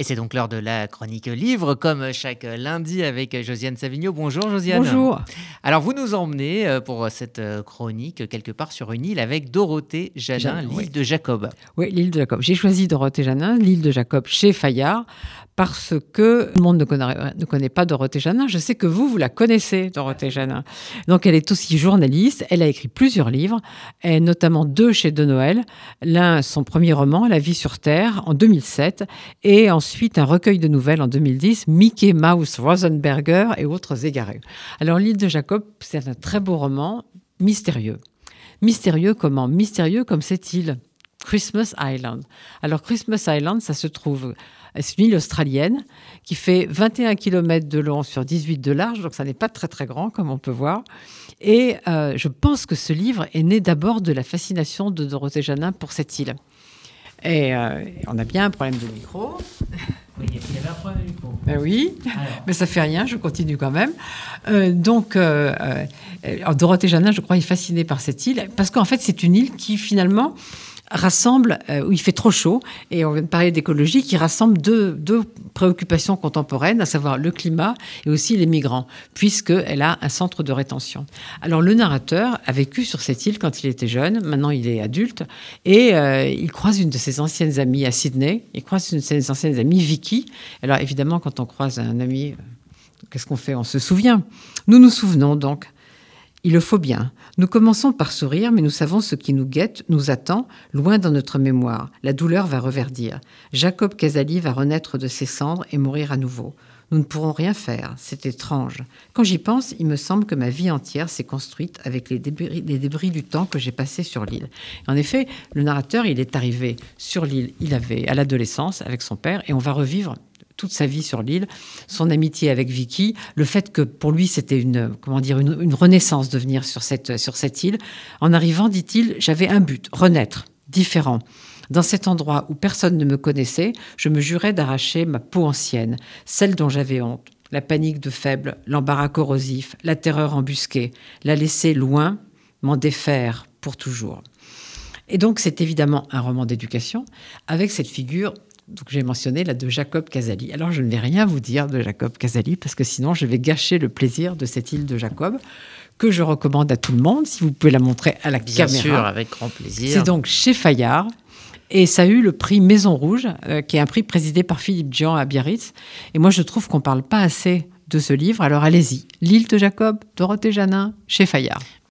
Et c'est donc l'heure de la chronique livre, comme chaque lundi avec Josiane Savigno. Bonjour Josiane. Bonjour. Alors vous nous emmenez pour cette chronique quelque part sur une île avec Dorothée Janin, l'île de Jacob. Oui, l'île de Jacob. J'ai choisi Dorothée Janin, l'île de Jacob chez Fayard, parce que tout le monde ne connaît pas Dorothée Janin. Je sais que vous la connaissez, Dorothée Janin. Donc elle est aussi journaliste. Elle a écrit plusieurs livres, et notamment 2 chez De Noël. L'un, son premier roman, La vie sur Terre, en 2007, et ensuite un recueil de nouvelles en 2010, Mickey Mouse, Rosenberger et autres égarés. Alors l'île de Jacob, c'est un très beau roman, mystérieux. Mystérieux comment ? Mystérieux comme cette île, Christmas Island. Alors Christmas Island, ça se trouve, c'est une île australienne qui fait 21 km de long sur 18 de large, donc ça n'est pas très très grand comme on peut voir. Et je pense que ce livre est né d'abord de la fascination de Dorothée Janin pour cette île. Et on a bien un problème de micro. Oui, il y avait un problème de micro. Ben oui, mais ça fait rien, je continue quand même. Dorothée Janin, je crois, est fascinée par cette île, parce qu'en fait, c'est une île qui, finalement, rassemble, où il fait trop chaud, et on vient de parler d'écologie, qui rassemble deux préoccupations contemporaines, à savoir le climat et aussi les migrants, puisqu'elle a un centre de rétention. Alors, le narrateur a vécu sur cette île quand il était jeune, maintenant il est adulte, et il croise une de ses anciennes amies à Sydney, il croise une de ses anciennes amies, Vicky. Alors, évidemment, quand on croise un ami, qu'est-ce qu'on fait ? On se souvient. Nous nous souvenons donc. Il le faut bien. Nous commençons par sourire, mais nous savons ce qui nous guette, nous attend, loin dans notre mémoire. La douleur va reverdir. Jacob Casali va renaître de ses cendres et mourir à nouveau. Nous ne pourrons rien faire. C'est étrange. Quand j'y pense, il me semble que ma vie entière s'est construite avec les débris du temps que j'ai passé sur l'île. En effet, le narrateur, il est arrivé sur l'île, il avait à l'adolescence avec son père, et on va revivre toute sa vie sur l'île, son amitié avec Vicky, le fait que pour lui c'était une renaissance de venir sur cette île. En arrivant, dit-il, j'avais un but, renaître, différent. Dans cet endroit où personne ne me connaissait, je me jurais d'arracher ma peau ancienne, celle dont j'avais honte, la panique de faible, l'embarras corrosif, la terreur embusquée, la laisser loin, m'en défaire pour toujours. Et donc c'est évidemment un roman d'éducation avec cette figure que j'ai mentionné, là, de Jacob Casali. Alors, je ne vais rien vous dire de Jacob Casali, parce que sinon, je vais gâcher le plaisir de cette île de Jacob, que je recommande à tout le monde, si vous pouvez la montrer à la caméra. Bien sûr, avec grand plaisir. C'est donc chez Fayard, et ça a eu le prix Maison Rouge, qui est un prix présidé par Philippe Jean à Biarritz. Et moi, je trouve qu'on ne parle pas assez de ce livre, alors allez-y. L'île de Jacob, Dorothée Janin, chez Fayard.